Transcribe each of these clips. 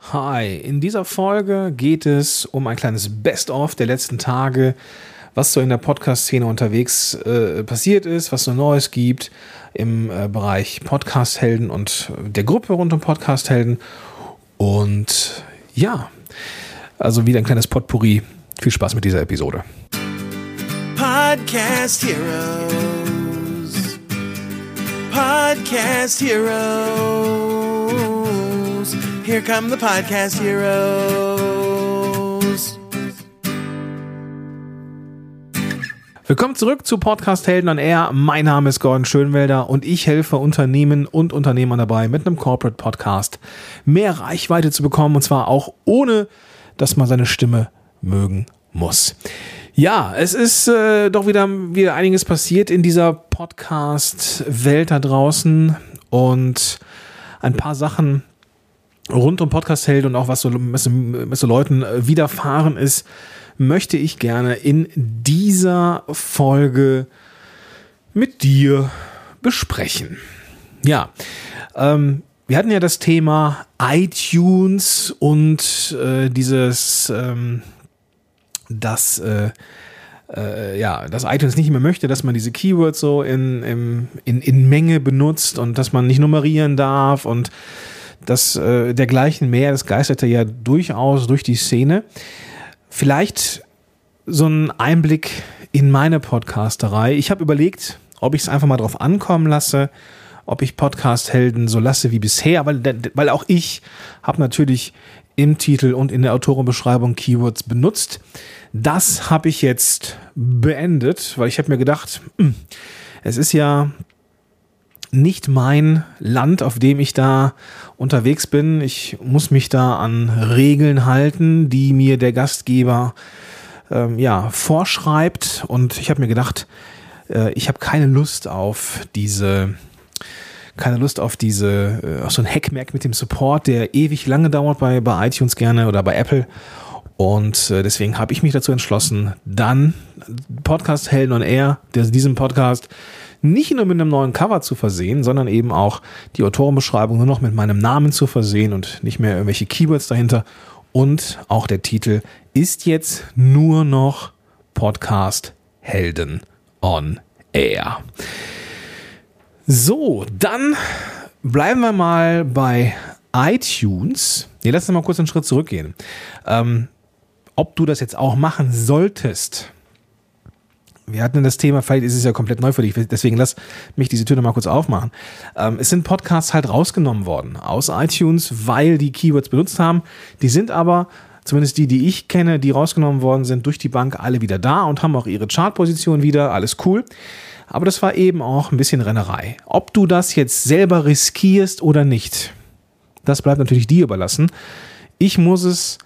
Hi, in dieser Folge geht es um ein kleines Best-of der letzten Tage, was so in der Podcast-Szene unterwegs passiert ist, was so Neues gibt im Bereich Podcast-Helden und der Gruppe rund um Podcast-Helden. Und ja, also wieder ein kleines Potpourri. Viel Spaß mit dieser Episode. Podcast Heroes. Podcast Heroes. Here come the Podcast Heroes. Willkommen zurück zu Podcast Helden on Air. Mein Name ist Gordon Schönwelder und ich helfe Unternehmen und Unternehmern dabei, mit einem Corporate Podcast mehr Reichweite zu bekommen, und zwar auch ohne, dass man seine Stimme mögen muss. Ja, es ist doch wieder einiges passiert in dieser Podcast-Welt da draußen und ein paar Sachen rund um Podcast-Helden und auch was so Leuten widerfahren ist, möchte ich gerne in dieser Folge mit dir besprechen. Ja, wir hatten ja das Thema iTunes und dass iTunes nicht mehr möchte, dass man diese Keywords so in Menge benutzt und dass man nicht nummerieren darf und das dergleichen mehr. Das geisterte ja durchaus durch die Szene. Vielleicht so ein Einblick in meine Podcasterei. Ich habe überlegt, ob ich es einfach mal drauf ankommen lasse, ob ich Podcast-Helden so lasse wie bisher, weil auch ich habe natürlich im Titel und in der Autorenbeschreibung Keywords benutzt. Das habe ich jetzt beendet, weil ich habe mir gedacht, es ist ja nicht mein Land, auf dem ich da unterwegs bin. Ich muss mich da an Regeln halten, die mir der Gastgeber vorschreibt. Und ich habe mir gedacht, ich habe keine Lust auf so ein Hackmerk mit dem Support, der ewig lange dauert bei iTunes gerne oder bei Apple. Und deswegen habe ich mich dazu entschlossen, dann Podcast Helden on Air, diesen Podcast nicht nur mit einem neuen Cover zu versehen, sondern eben auch die Autorenbeschreibung nur noch mit meinem Namen zu versehen und nicht mehr irgendwelche Keywords dahinter. Und auch der Titel ist jetzt nur noch Podcast Helden on Air. So, dann bleiben wir mal bei iTunes. Lass uns mal kurz einen Schritt zurückgehen. Ob du das jetzt auch machen solltest. Wir hatten das Thema, vielleicht ist es ja komplett neu für dich, deswegen lass mich diese Tür noch mal kurz aufmachen. Es sind Podcasts halt rausgenommen worden aus iTunes, weil die Keywords benutzt haben. Die sind aber, zumindest die ich kenne, die rausgenommen worden sind, durch die Bank alle wieder da und haben auch ihre Chartposition wieder, alles cool. Aber das war eben auch ein bisschen Rennerei. Ob du das jetzt selber riskierst oder nicht, das bleibt natürlich dir überlassen. Ich muss es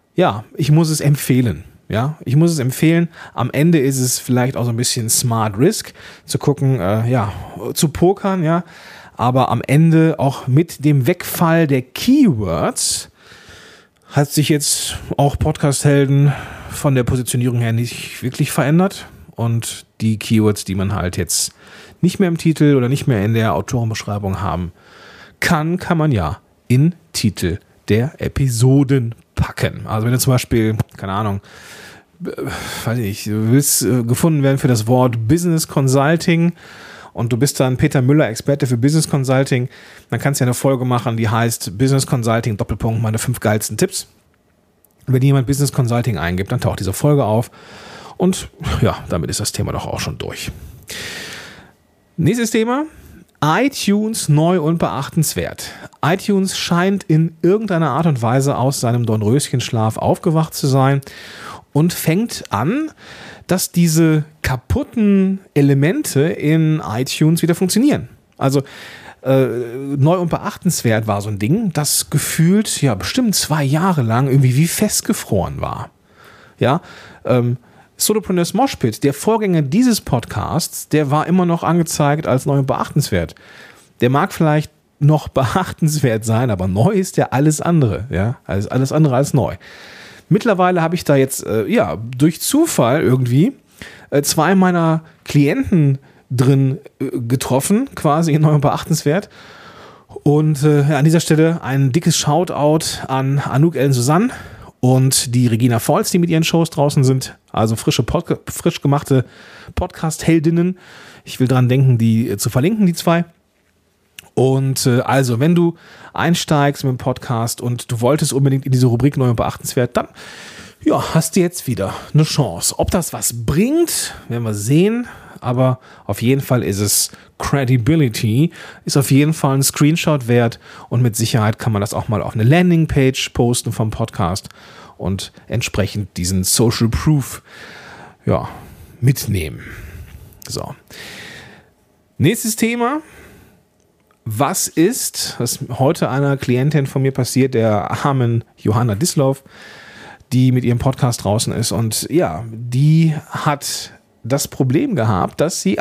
empfehlen. Ja, ich muss es empfehlen. Am Ende ist es vielleicht auch so ein bisschen Smart Risk, zu gucken, zu pokern, ja. Aber am Ende auch mit dem Wegfall der Keywords hat sich jetzt auch Podcast-Helden von der Positionierung her nicht wirklich verändert. Und die Keywords, die man halt jetzt nicht mehr im Titel oder nicht mehr in der Autorenbeschreibung haben kann man ja in Titel der Episoden packen. Also wenn du zum Beispiel, keine Ahnung, du willst gefunden werden für das Wort Business Consulting und du bist dann Peter Müller, Experte für Business Consulting, dann kannst du ja eine Folge machen, die heißt Business Consulting, Doppelpunkt, meine 5 geilsten Tipps. Wenn jemand Business Consulting eingibt, dann taucht diese Folge auf und ja, damit ist das Thema doch auch schon durch. Nächstes Thema. iTunes neu und beachtenswert. iTunes scheint in irgendeiner Art und Weise aus seinem Dornröschenschlaf aufgewacht zu sein und fängt an, dass diese kaputten Elemente in iTunes wieder funktionieren. Also neu und beachtenswert war so ein Ding, das gefühlt bestimmt 2 Jahre lang irgendwie wie festgefroren war. Ja, Solopreneurs Moshpit, der Vorgänger dieses Podcasts, der war immer noch angezeigt als neu und beachtenswert. Der mag vielleicht noch beachtenswert sein, aber neu ist ja alles andere. Ja? Alles andere als neu. Mittlerweile habe ich da jetzt durch Zufall irgendwie 2 meiner Klienten drin getroffen, quasi in neu und beachtenswert. Und an dieser Stelle ein dickes Shoutout an Anouk El Susanne und die Regina Volz, die mit ihren Shows draußen sind. Also frisch gemachte Podcast-Heldinnen. Ich will dran denken, die zu verlinken, die zwei. Und also, wenn du einsteigst mit dem Podcast und du wolltest unbedingt in diese Rubrik neu und beachtenswert, dann ja, hast du jetzt wieder eine Chance. Ob das was bringt, werden wir sehen. Aber auf jeden Fall ist es Credibility, ist auf jeden Fall ein Screenshot wert und mit Sicherheit kann man das auch mal auf eine Landingpage posten vom Podcast und entsprechend diesen Social Proof mitnehmen. So. Nächstes Thema. Was ist heute einer Klientin von mir passiert, der armen Johanna Disloff, die mit ihrem Podcast draußen ist und ja, die hat das Problem gehabt, dass sie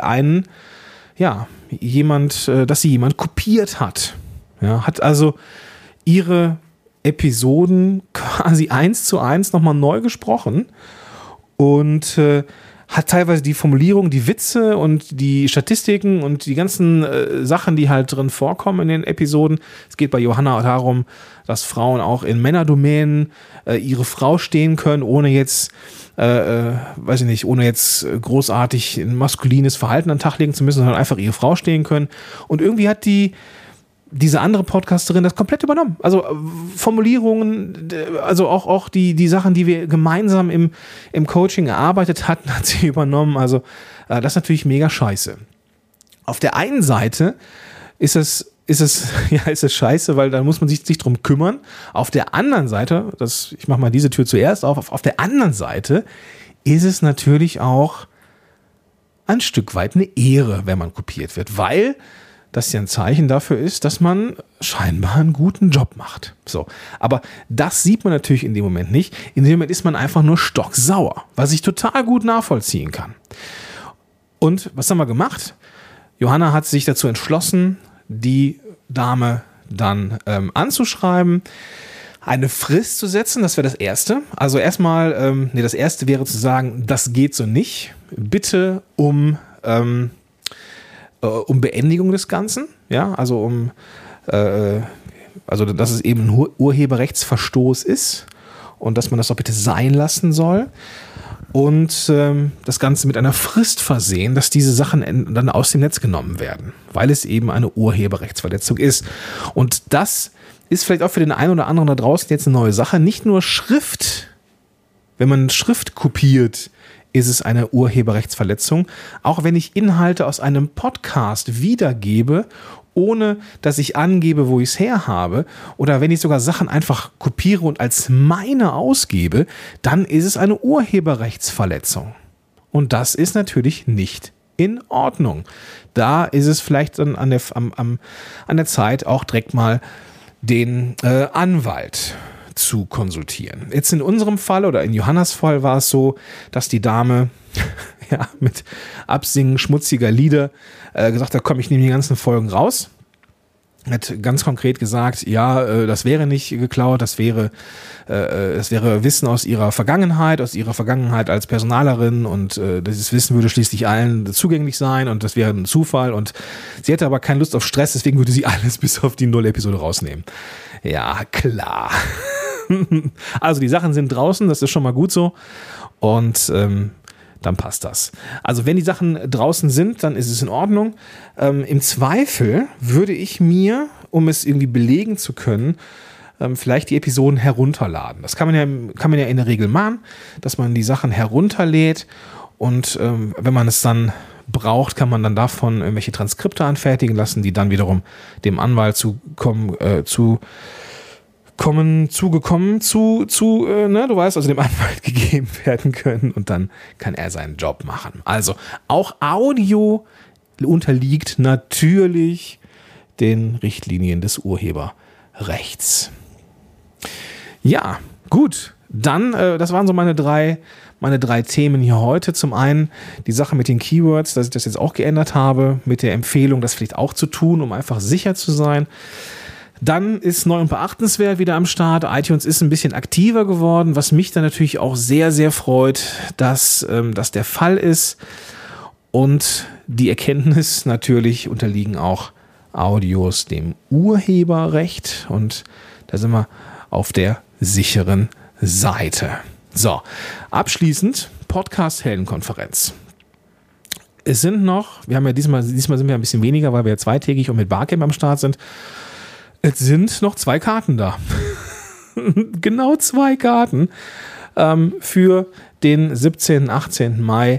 jemand kopiert hat. Ja, hat also ihre Episoden quasi 1:1 nochmal neu gesprochen und hat teilweise die Formulierung, die Witze und die Statistiken und die ganzen Sachen, die halt drin vorkommen in den Episoden. Es geht bei Johanna darum, dass Frauen auch in Männerdomänen ihre Frau stehen können, ohne jetzt großartig ein maskulines Verhalten an den Tag legen zu müssen, sondern einfach ihre Frau stehen können. Und irgendwie hat diese andere Podcasterin das komplett übernommen. Also Formulierungen, also auch die Sachen, die wir gemeinsam im Coaching erarbeitet hatten, hat sie übernommen. Also das ist natürlich mega scheiße. Auf der einen Seite ist es scheiße, weil da muss man sich drum kümmern. Auf der anderen Seite, ich mache mal diese Tür zuerst auf der anderen Seite ist es natürlich auch ein Stück weit eine Ehre, wenn man kopiert wird, weil das ja ein Zeichen dafür ist, dass man scheinbar einen guten Job macht. So. Aber das sieht man natürlich in dem Moment nicht. In dem Moment ist man einfach nur stocksauer, was ich total gut nachvollziehen kann. Und was haben wir gemacht? Johanna hat sich dazu entschlossen, die Dame dann anzuschreiben, eine Frist zu setzen, das wäre das Erste. Also erstmal, das Erste wäre zu sagen, das geht so nicht. Bitte um Beendigung des Ganzen, ja, also dass es eben ein Urheberrechtsverstoß ist und dass man das doch bitte sein lassen soll und das Ganze mit einer Frist versehen, dass diese Sachen dann aus dem Netz genommen werden, weil es eben eine Urheberrechtsverletzung ist. Und das ist vielleicht auch für den einen oder anderen da draußen jetzt eine neue Sache. Nicht nur Schrift, wenn man Schrift kopiert, ist es eine Urheberrechtsverletzung. Auch wenn ich Inhalte aus einem Podcast wiedergebe, ohne dass ich angebe, wo ich es her habe, oder wenn ich sogar Sachen einfach kopiere und als meine ausgebe, dann ist es eine Urheberrechtsverletzung. Und das ist natürlich nicht in Ordnung. Da ist es vielleicht dann an der Zeit, auch direkt mal den Anwalt zu konsultieren. Jetzt in unserem Fall oder in Johannas Fall war es so, dass die Dame mit Absingen schmutziger Lieder gesagt hat, komm, ich nehme die ganzen Folgen raus. Hat ganz konkret gesagt, das wäre nicht geklaut, das wäre Wissen aus ihrer Vergangenheit als Personalerin und dieses Wissen würde schließlich allen zugänglich sein und das wäre ein Zufall und sie hätte aber keine Lust auf Stress, deswegen würde sie alles bis auf die 0-Episode rausnehmen. Ja, klar. Also die Sachen sind draußen, das ist schon mal gut so und dann passt das. Also wenn die Sachen draußen sind, dann ist es in Ordnung. Im Zweifel würde ich mir, um es irgendwie belegen zu können, vielleicht die Episoden herunterladen. Das kann man ja in der Regel machen, dass man die Sachen herunterlädt und wenn man es dann braucht, kann man dann davon irgendwelche Transkripte anfertigen lassen, die dann wiederum dem Anwalt du weißt, also dem Anwalt gegeben werden können und dann kann er seinen Job machen. Also auch Audio unterliegt natürlich den Richtlinien des Urheberrechts. Ja, gut. Dann, das waren so meine drei Themen hier heute. Zum einen die Sache mit den Keywords, dass ich das jetzt auch geändert habe, mit der Empfehlung, das vielleicht auch zu tun, um einfach sicher zu sein. Dann ist neu und beachtenswert wieder am Start. iTunes ist ein bisschen aktiver geworden, was mich dann natürlich auch sehr, sehr freut, dass das der Fall ist. Und die Erkenntnis natürlich unterliegen auch Audios dem Urheberrecht und da sind wir auf der sicheren Seite. So, abschließend Podcast-Heldenkonferenz. Es sind noch, wir haben ja diesmal sind wir ein bisschen weniger, weil wir ja zweitägig und mit Barcamp am Start sind. Es sind noch 2 Karten da. Genau 2 Karten für den 17. 18. Mai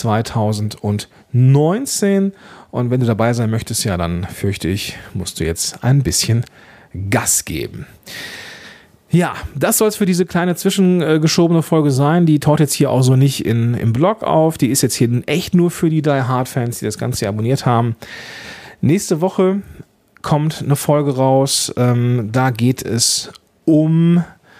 2019. Und wenn du dabei sein möchtest, ja, dann fürchte ich, musst du jetzt ein bisschen Gas geben. Ja, das soll es für diese kleine zwischengeschobene Folge sein. Die taucht jetzt hier auch so nicht im Blog auf. Die ist jetzt hier echt nur für die Die Hard Fans, die das Ganze hier abonniert haben. Nächste Woche kommt eine Folge raus. Da geht es um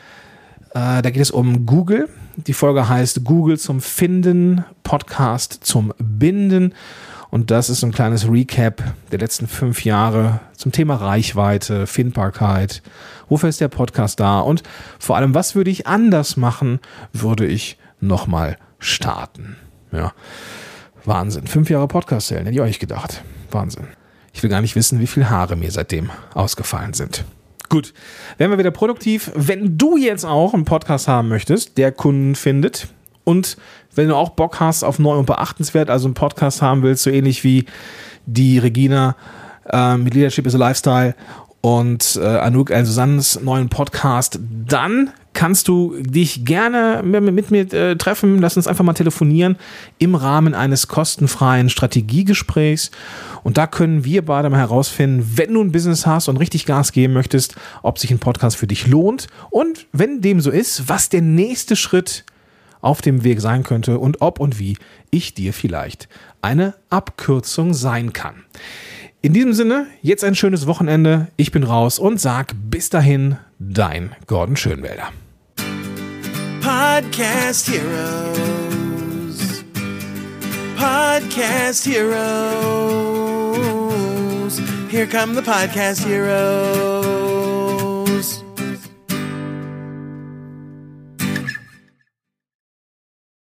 Google. Die Folge heißt Google zum Finden, Podcast zum Binden. Und das ist so ein kleines Recap der letzten 5 Jahre zum Thema Reichweite, Findbarkeit. Wofür ist der Podcast da? Und vor allem, was würde ich anders machen, würde ich nochmal starten? Ja, Wahnsinn. 5 Jahre Podcast-Helden, hätte ich euch gedacht. Wahnsinn. Ich will gar nicht wissen, wie viele Haare mir seitdem ausgefallen sind. Gut, werden wir wieder produktiv. Wenn du jetzt auch einen Podcast haben möchtest, der Kunden findet und wenn du auch Bock hast auf neu und beachtenswert, also einen Podcast haben willst, so ähnlich wie die Regina mit Leadership is a Lifestyle und Anouk El-Susannes neuen Podcast, dann kannst du dich gerne mit mir treffen. Lass uns einfach mal telefonieren im Rahmen eines kostenfreien Strategiegesprächs. Und da können wir beide mal herausfinden, wenn du ein Business hast und richtig Gas geben möchtest, ob sich ein Podcast für dich lohnt. Und wenn dem so ist, was der nächste Schritt auf dem Weg sein könnte und ob und wie ich dir vielleicht eine Abkürzung sein kann. In diesem Sinne, jetzt ein schönes Wochenende. Ich bin raus und sag bis dahin, dein Gordon Schönwälder. Podcast Heroes. Podcast Heroes. Here come the Podcast Heroes.